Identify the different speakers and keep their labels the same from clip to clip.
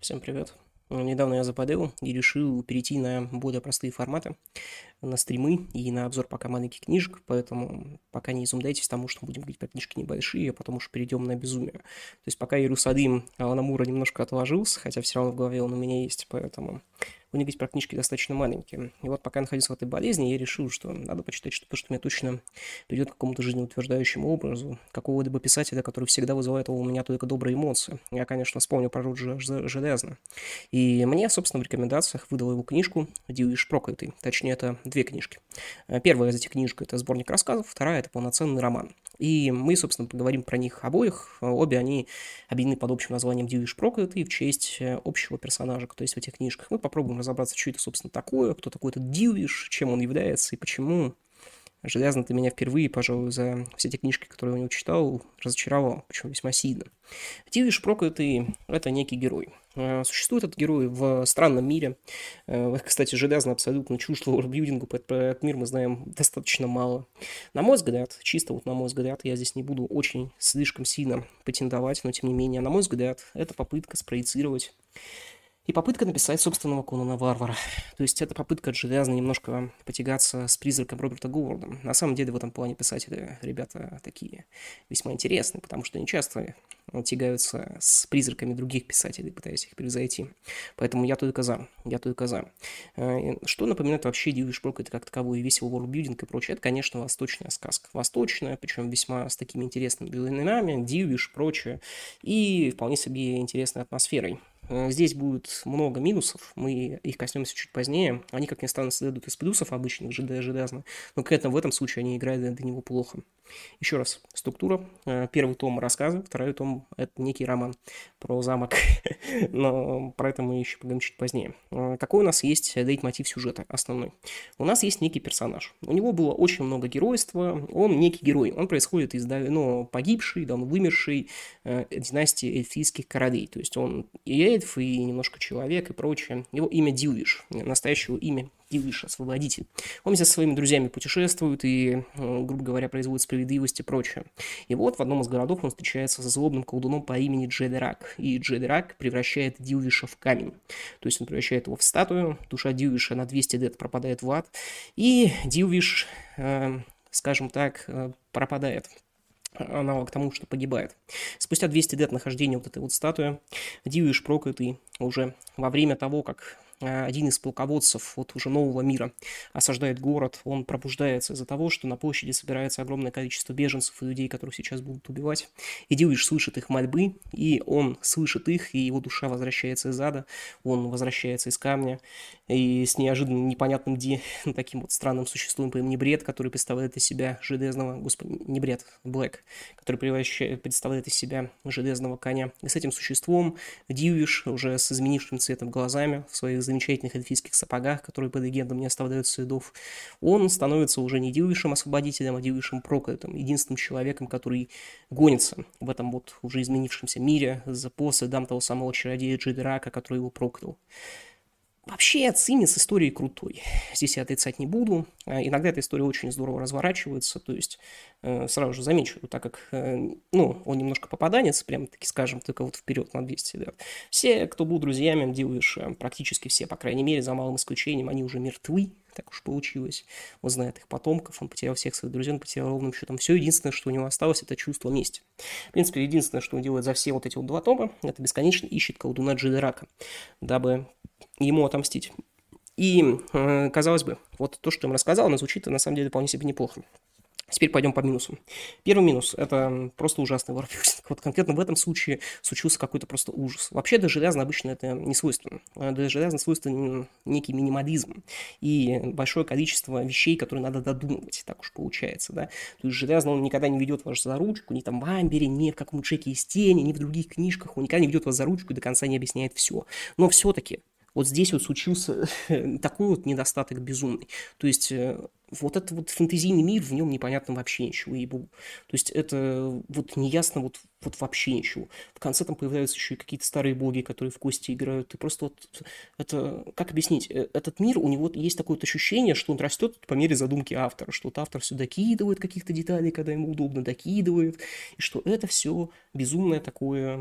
Speaker 1: Всем привет. Недавно я заподел и решил перейти на более простые форматы, на стримы и на обзор пока маленьких книжек, поэтому пока не изумляйтесь тому, что мы будем говорить про книжки небольшие, а потом уж перейдем на безумие. То есть пока Иерусалим Алана Мура немножко отложился, хотя все равно в голове он у меня есть, поэтому будем говорить про книжки достаточно маленькие. И вот пока я находился в этой болезни, я решил, что надо почитать что-то, что меня точно придет к какому-то жизнеутверждающему образу, какого-либо писателя, который всегда вызывает у меня только добрые эмоции. Я, конечно, вспомнил про Роджера Железно. И мне, собственно, в рекомендациях выдал его книжку «Дьюиш проклятый». Точнее, это две книжки. Первая из этих книжек – это сборник рассказов, вторая – это полноценный роман. И мы, собственно, поговорим про них обоих. Обе они объединены под общим названием «Дьюиш проклятый» в честь общего персонажа, кто есть в этих книжках. Мы попробуем разобраться, что это, собственно, такое, кто такой этот Дьюиш, чем он является и почему. Железно ты меня впервые, пожалуй, за все те книжки, которые я у него читал, разочаровал, причем весьма сильно. Дьюиш проклятый – это некий герой. Существует этот герой в странном мире. Кстати, железно абсолютно чушь лорбилдингу, про этот мир мы знаем достаточно мало. На мой взгляд, чисто вот на мой взгляд, я здесь не буду очень слишком сильно претендовать, но тем не менее, на мой взгляд, это попытка спроецировать и попытка написать собственного Конана Варвара. То есть это попытка железно немножко потягаться с призраком Роберта Говарда. На самом деле в этом плане писатели, ребята, такие весьма интересные, потому что они часто тягаются с призраками других писателей, пытаясь их превзойти. Поэтому я только за. Я только за. Что напоминает вообще Дьюиш проклятый как таковой, весь его ворлдбилдинг и прочее? Это, конечно, восточная сказка. Восточная, причем весьма с такими интересными именами, Дьюиш, прочее, и вполне себе интересной атмосферой. Здесь будет много минусов, мы их коснемся чуть позднее. Они, как ни странно, следуют из плюсов обычных железно, но к этому в этом случае они играют до него плохо. Еще раз, структура. Первый том рассказы, второй том – это некий роман про замок, но про это мы еще поговорим чуть позднее. Какой у нас есть лейтмотив сюжета основной? У нас есть некий персонаж. У него было очень много геройства, он некий герой. Он происходит из давно погибшей, давно вымершей династии эльфийских королей. То есть он и эльф, и немножко человек, и прочее. Его имя Дьюиш, настоящего имя Дьюиш, освободитель. Он здесь со своими друзьями путешествует и, грубо говоря, производит справедливость и прочее. И вот в одном из городов он встречается со злобным колдуном по имени Джедерак. И Джедерак превращает Дьюиша в камень. То есть он превращает его в статую, душа Дьюиша на 200 лет пропадает в ад, и Дьюиш, скажем так, пропадает. Аналог тому, что погибает. Спустя 200 лет нахождения вот этой вот статуи, Дьюиш проклятый уже во время того, как один из полководцев вот уже нового мира осаждает город, он пробуждается из-за того, что на площади собирается огромное количество беженцев и людей, которых сейчас будут убивать. И Дьюиш слышит их мольбы, и он слышит их, и его душа возвращается из ада, он возвращается из камня, и с неожиданно непонятным таким вот странным существом по имени Бред, который представляет из себя железного, господи, не Бред, Блэк, который представляет из себя железного коня. И с этим существом Дьюиш уже с изменившим цветом глазами в своих замечательных эльфийских сапогах, которые по легендам не оставляют следов, он становится уже не Дьюишем-освободителем, а Дьюишем проклятым, единственным человеком, который гонится в этом вот уже изменившемся мире по следам того самого чародея Джедерака, который его проклял. Вообще, Цинни с историей крутой. Здесь я отрицать не буду. Иногда эта история очень здорово разворачивается. То есть, сразу же замечу, так как, ну, он немножко попаданец, прям таки скажем, только вот вперед на 200 лет. Все, кто был друзьями Дьюиша, практически все, по крайней мере, за малым исключением, они уже мертвы. Так уж получилось. Он знает их потомков, он потерял всех своих друзей, он потерял ровным счетом все. Единственное, что у него осталось, это чувство мести. В принципе, единственное, что он делает за все вот эти вот два тома, это бесконечно ищет колдуна Джедерака, дабы ему отомстить. И, казалось бы, вот то, что я им рассказал, оно звучит на самом деле вполне себе неплохо. Теперь пойдем по минусам. Первый минус – это просто ужасный варпюсинг. Вот конкретно в этом случае случился какой-то просто ужас. Вообще для железа обычно это не свойственно. Для железа свойственен некий минимализм и большое количество вещей, которые надо додумывать, так уж получается, да. То есть железно он никогда не ведет вас за ручку, ни там в Амбере, ни в каком Джеке из тени, ни в других книжках, он никогда не ведет вас за ручку и до конца не объясняет все. Но все-таки вот здесь вот случился такой вот недостаток безумный. То есть вот этот вот фэнтезийный мир, в нем непонятно вообще ничего, ебу. То есть это вот неясно вот вообще ничего. В конце там появляются еще и какие-то старые боги, которые в кости играют. И просто вот это, как объяснить, этот мир, у него есть такое вот ощущение, что он растет по мере задумки автора, что вот автор все докидывает каких-то деталей, когда ему удобно, докидывает, и что это все безумное такое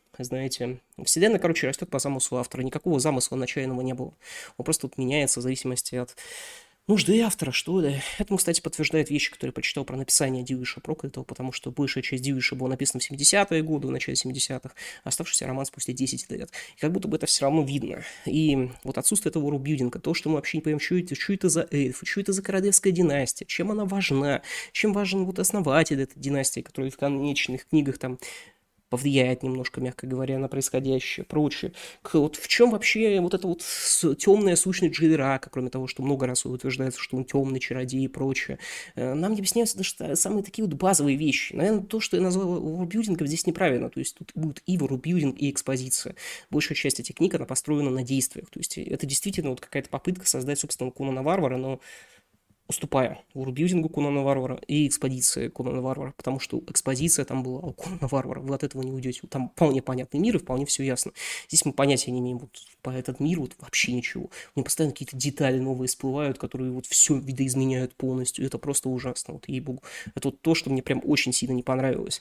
Speaker 1: знаете. Вселенная, короче, растет по замыслу автора. Никакого замысла начального не было. Он просто вот меняется в зависимости от нужды автора, что ли. Этому, кстати, подтверждает вещи, которые я прочитал про написание Дьюиша Проклятого, потому что большая часть Дьюиша была написана в 70-е годы, в начале 70-х, а оставшийся роман спустя 10 лет. И как будто бы это все равно видно. И вот отсутствие этого рубилдинга, то, что мы вообще не понимаем, что это за эльфы, что это за королевская династия, чем она важна, чем важен вот основатель этой династии, который в конечных книгах там повлияет немножко, мягко говоря, на происходящее, прочее. Вот в чем вообще вот эта вот темная сущность Джейдрака, кроме того, что много раз утверждается, что он темный чародей и прочее. Нам не объясняются даже самые такие вот базовые вещи. Наверное, то, что я назвал ворбилдингом, здесь неправильно. То есть тут будет и ворбилдинг, и экспозиция. Большая часть этих книг, она построена на действиях. То есть это действительно вот какая-то попытка создать собственного Конана Варвара, но уступая ворбилдингу Конана Варвара и экспозиции Конана Варвара, потому что экспозиция там была у Конана Варвара, вы от этого не уйдете. Там вполне понятный мир и вполне все ясно. Здесь мы понятия не имеем вот по этот мир вот вообще ничего. У него постоянно какие-то детали новые всплывают, которые вот все видоизменяют полностью. Это просто ужасно, вот ей-богу. Это вот то, что мне прям очень сильно не понравилось.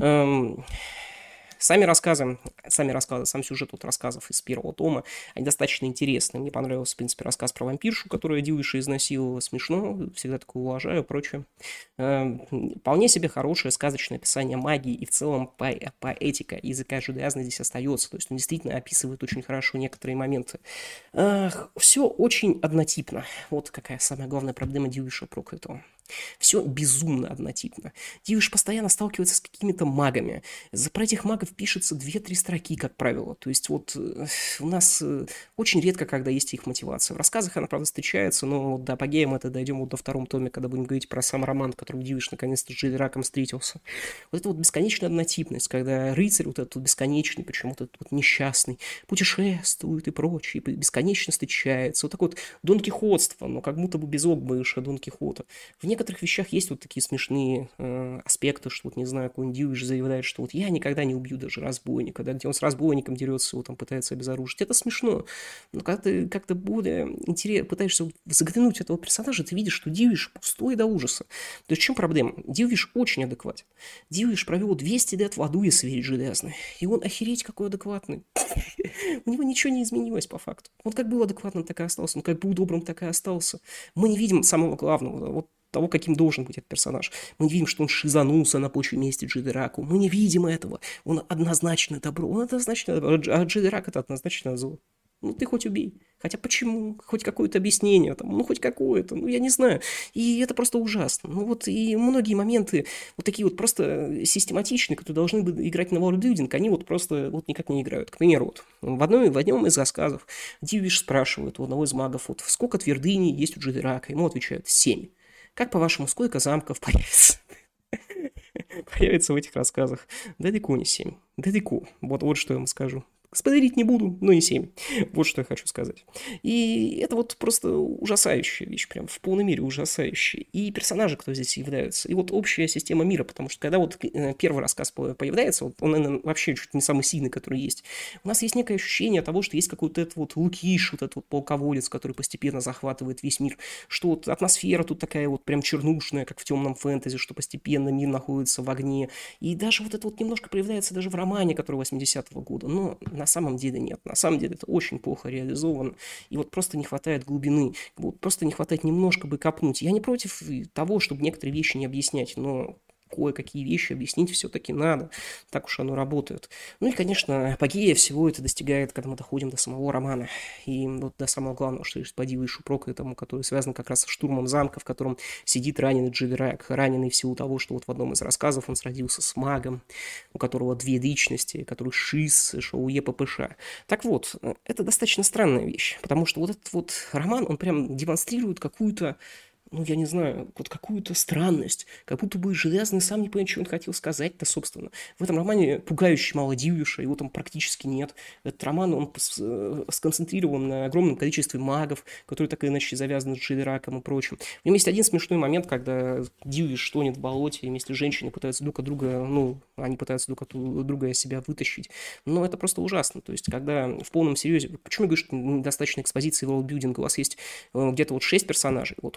Speaker 1: Сами рассказы, сам сюжет вот рассказов из первого тома, они достаточно интересны. Мне понравился, в принципе, рассказ про вампиршу, которая Дьюиша изнасиловала. Смешно, всегда такое уважаю и прочее. Вполне себе хорошее сказочное описание магии и в целом поэтика языка жидеазна здесь остается. То есть он действительно описывает очень хорошо некоторые моменты. Все очень однотипно. Вот какая самая главная проблема Дьюиша Проклятого. Все безумно однотипно. Дьюиш постоянно сталкивается с какими-то магами. Про этих магов пишется 2-3 строки, как правило. То есть вот у нас очень редко, когда есть их мотивация. В рассказах она, правда, встречается, но вот до апогея мы это дойдем вот до втором томе, когда будем говорить про сам роман, в котором Дьюиш наконец-то с Джейдраком встретился. Вот это вот бесконечная однотипность, когда рыцарь вот этот вот бесконечный, причем вот этот вот несчастный, путешествует и прочее, и бесконечно встречается. Вот такое вот донкихотство, но как будто бы без обмыша Дон Кихота. В некоторых вещах есть вот такие смешные аспекты, что вот, не знаю, какой-нибудь Дьюиш заявляет, что вот я никогда не убью даже разбойника, где он с разбойником дерется, его там пытается обезоружить. Это смешно. Но когда ты как-то более пытаешься заглянуть этого персонажа, ты видишь, что Дьюиш пустой до ужаса. То есть в чем проблема? Дьюиш очень адекватен. Дьюиш провел 200 лет в аду, если верить железной. И он охереть какой адекватный. У него ничего не изменилось по факту. Он как был адекватным, так и остался. Он как был добрым, так и остался. Мы не видим самого главного. Вот того, каким должен быть этот персонаж. Мы не видим, что он шизанулся на почве мести Джейдраку. Мы не видим этого. Он однозначно добро. Он однозначно добро. А Джейдрак это однозначно зло. Ну, ты хоть убей. Хотя почему? Хоть какое-то объяснение там, ну, хоть какое-то, ну, я не знаю. И это просто ужасно. Ну, вот и многие моменты вот такие вот просто систематичные, которые должны бы играть на ворлдбилдинг, они вот просто вот никак не играют. К примеру, вот в одном из рассказов Дьюиш спрашивает у одного из магов, вот сколько твердыней есть у Джейдрака? Ему отвечают 7. Как, по-вашему, сколько замков появится в этих рассказах? Далеко не 7. Далеко. Вот что я вам скажу. Спойлерить не буду, но и 7. Вот что я хочу сказать. И это вот просто ужасающая вещь, прям в полной мере ужасающая. И персонажи, кто здесь являются, и вот общая система мира, потому что когда вот первый рассказ появляется, вот он, наверное, вообще чуть не самый сильный, который есть, у нас есть некое ощущение того, что есть какой-то этот вот Лукиш, вот этот вот полководец, который постепенно захватывает весь мир, что вот атмосфера тут такая вот прям чернушная, как в темном фэнтези, что постепенно мир находится в огне. И даже вот это вот немножко проявляется даже в романе, который 80-го года, но на самом деле нет. На самом деле это очень плохо реализовано. И вот просто не хватает глубины. Вот просто не хватает немножко бы копнуть. Я не против того, чтобы некоторые вещи не объяснять, но кое-какие вещи объяснить все-таки надо. Так уж оно работает. Ну и, конечно, апогея всего это достигает, когда мы доходим до самого романа. И вот до самого главного, что есть по Дьюишу Проклятому, который связан как раз с штурмом замка, в котором сидит раненый Джейдрак, раненый в силу того, что вот в одном из рассказов он сразился с магом, у которого 2 личности, который шиз, шоу ЕППШ. Так вот, это достаточно странная вещь, потому что вот этот вот роман, он прям демонстрирует какую-то, ну, я не знаю, вот какую-то странность, как будто бы Железный сам не понимает, что он хотел сказать-то, собственно. В этом романе пугающе мало Дьюиша, его там практически нет. Этот роман, он сконцентрирован на огромном количестве магов, которые так или иначе завязаны с Джейдраком и прочим. В нем есть один смешной момент, когда Дьюиш тонет в болоте, и вместе женщины пытаются друг от друга, ну, они пытаются друг от друга себя вытащить. Но это просто ужасно. То есть, когда в полном серьезе... Почему я говорю, что недостаточно экспозиции в ворлдбилдинга? У вас есть где-то вот 6 персонажей, вот у вас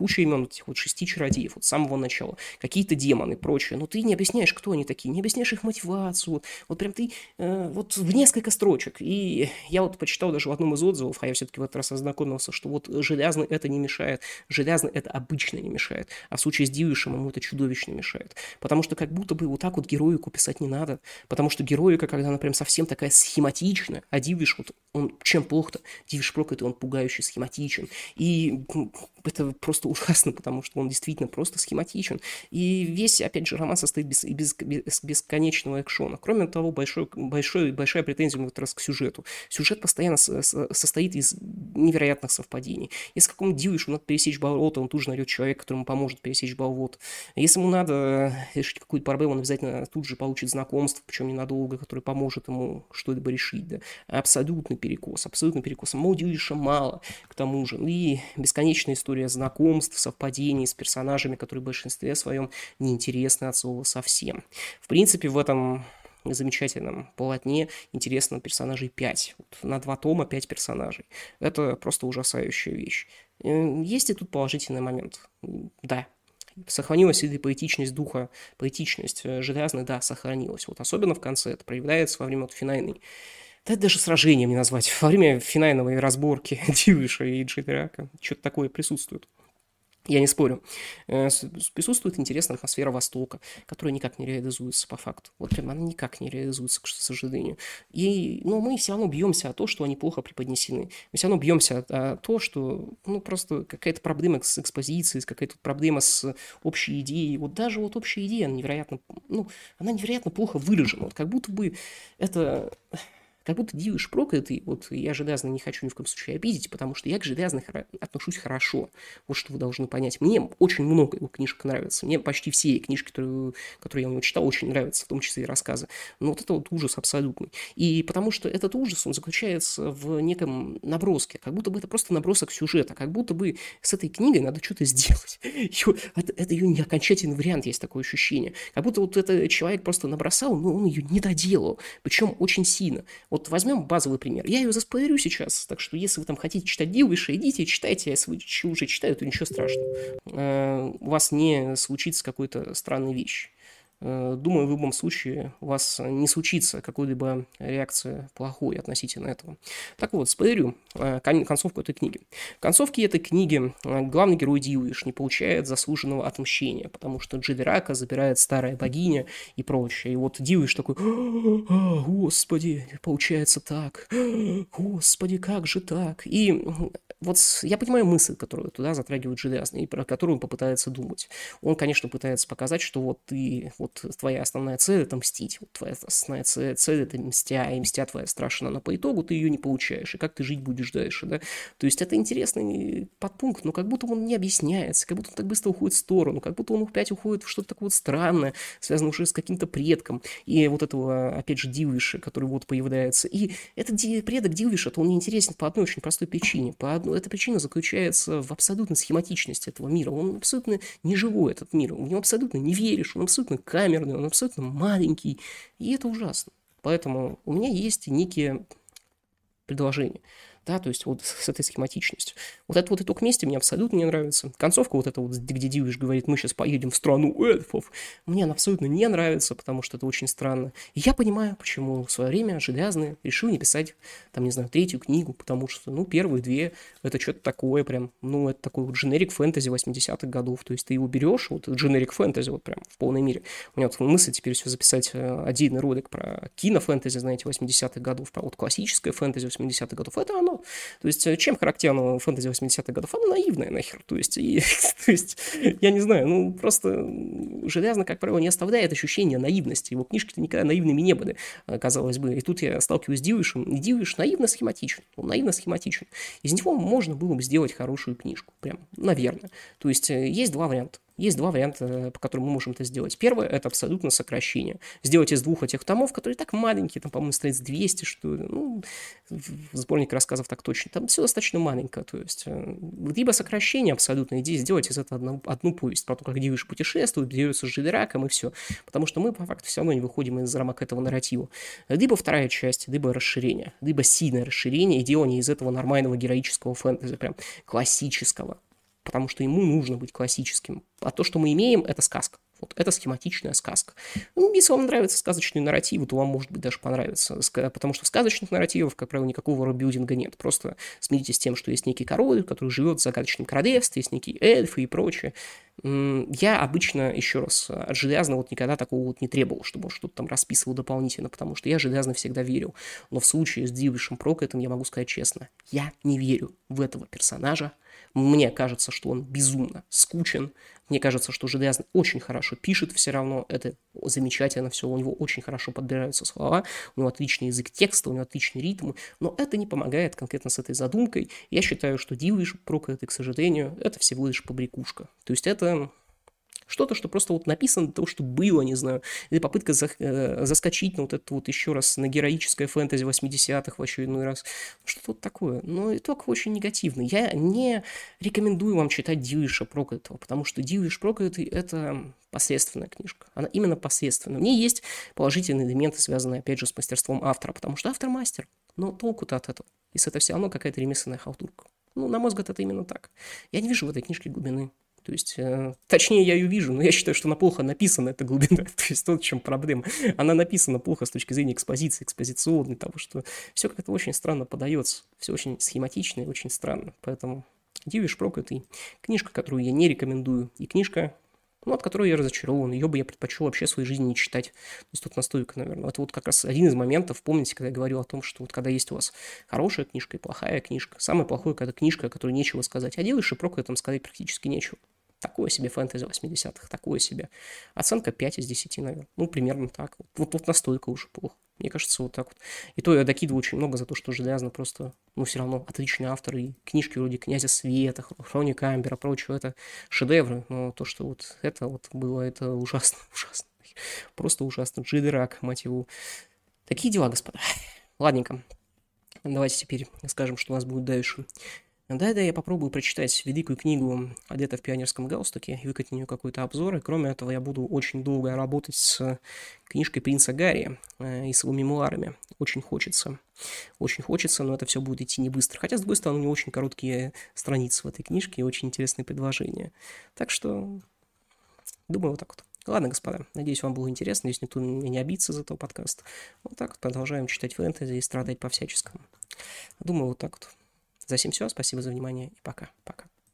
Speaker 1: куча имен этих вот 6 чародеев, вот с самого начала, какие-то демоны и прочее, но ты не объясняешь, кто они такие, не объясняешь их мотивацию, вот прям ты вот в несколько строчек. И я вот почитал даже в одном из отзывов, а я все-таки в этот раз ознакомился, что вот железный это не мешает, железный это обычно не мешает, а в случае с Дивишем ему это чудовищно мешает. Потому что как будто бы вот так вот героику писать не надо, потому что героика, когда она прям совсем такая схематичная, а Дивиш, вот он чем плохо-то? Дивиш проклятый, он пугающе схематичен. И это просто ужасно, потому что он действительно просто схематичен. И весь, опять же, роман состоит из бесконечного экшона. Кроме того, большая претензия в этот раз к сюжету. Сюжет постоянно состоит из невероятных совпадений. Если какому-то Дивишу надо пересечь болото, он тут же найдет человека, которому поможет пересечь болото. Если ему надо решить какую-то проблему, он обязательно тут же получит знакомство, причем ненадолго, которое поможет ему что-либо решить. Да. Абсолютный перекос, абсолютный перекос. Самого Дивиша мало, к тому же. И бесконечная история знакомств, совпадений с персонажами, которые в большинстве своем неинтересны от слова совсем. В принципе, в этом замечательном полотне интересно персонажей 5. Вот на 2 тома 5 персонажей. Это просто ужасающая вещь. Есть и тут положительный момент. Да, сохранилась и поэтичность духа, поэтичность железная, да, сохранилась. Вот особенно в конце это проявляется во время вот финальной, да это даже сражением не назвать, во время финальной разборки Дивиша и Джейдрака. Что-то такое присутствует. Я не спорю. Присутствует интересная атмосфера Востока, которая никак не реализуется по факту. Вот прям она никак не реализуется, к сожалению. Но мы все равно бьемся о то, что они плохо преподнесены. Мы все равно бьемся о то, что просто какая-то проблема с экспозицией, какая-то проблема с общей идеей. Вот даже вот общая идея, она невероятно плохо выражена. Вот как будто бы это... Как будто Дивиш проклятый, вот я железно не хочу ни в коем случае обидеть, потому что я к железной отношусь хорошо. Вот что вы должны понять. Мне очень много его книжек нравится. Мне почти все книжки, которые я у него читал, очень нравятся, в том числе и рассказы. Но вот это вот ужас абсолютный. И потому что этот ужас, он заключается в неком наброске. Как будто бы это просто набросок сюжета. Как будто бы с этой книгой надо что-то сделать. Это ее не окончательный вариант, есть такое ощущение. Как будто вот этот человек просто набросал, но он ее не доделал. Причем очень сильно. Вот возьмем базовый пример. Я ее заспойлерю сейчас, так что если вы там хотите читать Дивиша, идите, читайте, если вы уже читаете, то ничего страшного. У вас не случится какой-то странной вещи. Думаю, в любом случае у вас не случится какой-либо реакции плохой относительно этого. Так вот, спойлерю концовку этой книги. В концовке этой книги главный герой Дивиш не получает заслуженного отмщения, потому что Джейдрака забирает старая богиня и прочее. И вот Дивиш такой: «Господи, получается так, Господи, как же так?» И вот я понимаю мысль, которую туда затрагивает Железный, и про которую он попытается думать. Он, конечно, пытается показать, что вот твоя основная цель – это мстить. Вот твоя основная цель – это мстя, и мстя твоя страшна, но по итогу ты ее не получаешь. И как ты жить будешь дальше, да? То есть это интересный подпункт, но как будто он не объясняется, как будто он так быстро уходит в сторону, как будто он опять уходит в что-то такое вот странное, связанное уже с каким-то предком. И вот этого, опять же, Дивиша, который вот появляется. И этот предок Дивиша, он не интересен по одной очень простой причине. Эта причина заключается в абсолютной схематичности этого мира. Он абсолютно не живой, этот мир. В него абсолютно не веришь, он абсолютно камерный, он абсолютно маленький. И это ужасно. Поэтому у меня есть некие предложения. Да, то есть вот с этой схематичностью. Вот этот вот итог мести мне абсолютно не нравится. Концовка вот эта вот, где Дивиш говорит: мы сейчас поедем в страну эльфов, мне она абсолютно не нравится, потому что это очень странно. И я понимаю, почему в свое время Железный решил не писать, там, не знаю, 3-ю книгу, потому что, первые 2 это что-то такое прям, это такой вот дженерик фэнтези 80-х годов. То есть ты его берешь, вот дженерик фэнтези вот прям в полной мере. У меня вот мысль теперь все записать отдельный ролик про кинофэнтези, знаете, 80-х годов, про вот классическое фэнтези 80-х годов. Это оно. То есть, чем характерно фэнтези 80-х годов? Оно наивное нахер. То есть, я не знаю, просто Железный, как правило, не оставляет ощущения наивности. Его книжки-то никогда наивными не были, казалось бы. И тут я сталкиваюсь с Дивишем, и Дивиш наивно схематичен. Он наивно схематичен. Из него можно было бы сделать хорошую книжку. Прям, наверное. То есть, есть 2 варианта. Есть 2 варианта, по которым мы можем это сделать. Первое – это абсолютно сокращение. Сделать из 2 этих томов, которые так маленькие, там, по-моему, страниц 200, что ли. Сборник рассказов так точно. Там все достаточно маленько. То есть, либо сокращение абсолютно, идея сделать из этого одну повесть, про то, как Дивиш путешествует, дерется с Жидераком и все. Потому что мы, по факту, все равно не выходим из рамок этого нарратива. Либо 2-я часть, либо расширение. Либо сильное расширение и делание из этого нормального героического фэнтези, прям классического. потому что ему нужно быть классическим. А то, что мы имеем, это сказка. Вот это схематичная сказка. Ну, если вам нравятся сказочные нарративы, то вам, может быть, даже понравится. Потому что сказочных нарративов, как правило, никакого ворлдбилдинга нет. Просто смиритесь с тем, что есть некий король, который живет в загадочном королевстве, есть некие эльфы и прочее. Я обычно, еще раз, от железного вот никогда такого вот не требовал, чтобы он что-то там расписывал дополнительно, потому что я железно всегда верил. Но в случае с Дивишем Проклятым я могу сказать честно, я не верю в этого персонажа. Мне кажется, что он безумно скучен. Мне кажется, что Железный очень хорошо пишет все равно. Это замечательно все. У него очень хорошо подбираются слова. У него отличный язык текста, у него отличный ритм. Но это не помогает конкретно с этой задумкой. Я считаю, что Дивиш Проклятый, к сожалению, это всего лишь побрякушка. То есть это что-то, что просто вот написано для того, чтобы было, не знаю, или попытка заскочить на вот это вот еще раз, на героическое фэнтези 80-х в очередной раз. Что-то вот такое. Но итог очень негативный. Я не рекомендую вам читать Дивиша Проклятого, потому что Дивиш Проклятый — это посредственная книжка. Она именно посредственная. В ней есть положительные элементы, связанные, опять же, с мастерством автора, потому что автор мастер. Но толку-то от этого, если это все равно какая-то ремесленная халтурка. Ну, на мой взгляд, это именно так. Я не вижу в этой книжке глубины. То есть, точнее, я ее вижу, но я считаю, что она плохо написана, эта глубина. То есть, вот в чем проблема. Она написана плохо с точки зрения экспозиции, экспозиционной, того, что все как-то очень странно подается. Все очень схематично и очень странно. Поэтому Дивиш Проклятый — книжка, которую я не рекомендую. И книжка, ну, от которой я разочарован. Ее бы я предпочел вообще в своей жизни не читать. То есть, тут настойка, наверное. Это вот как раз один из моментов, помните, когда я говорил о том, что вот когда есть у вас хорошая книжка и плохая книжка. Самое плохое, когда книжка, о которой нечего сказать. А Дивише Проклятом сказать практически нечего. Такое себе фэнтези 80-х, такое себе. Оценка 5 из 10, наверное. Ну, примерно так. Вот настолько уже плохо. Мне кажется, вот так вот. И то я докидываю очень много за то, что Железно просто, ну, все равно отличный автор. И книжки вроде «Князя Света», «Хроника Амбера», прочего, это шедевры. Но то, что вот это вот было, это ужасно, ужасно. Просто ужасно. Джидерак, мать его. Такие дела, господа. Ладненько. Давайте теперь скажем, что у нас будет дальше. Да, я попробую прочитать великую книгу «Одета в пионерском галстуке» и выкатить на нее какой-то обзор. И кроме этого, я буду очень долго работать с книжкой принца Гарри и с его мемуарами. Очень хочется, но это все будет идти не быстро. Хотя, с другой стороны, у него очень короткие страницы в этой книжке и очень интересные предложения. Так что, думаю, вот так вот. Ладно, господа, надеюсь, вам было интересно, если никто не обидится за этого подкаста. Вот так вот продолжаем читать фэнтези и страдать по-всяческому. Думаю, вот так вот. За всем все. Спасибо за внимание и пока. Пока.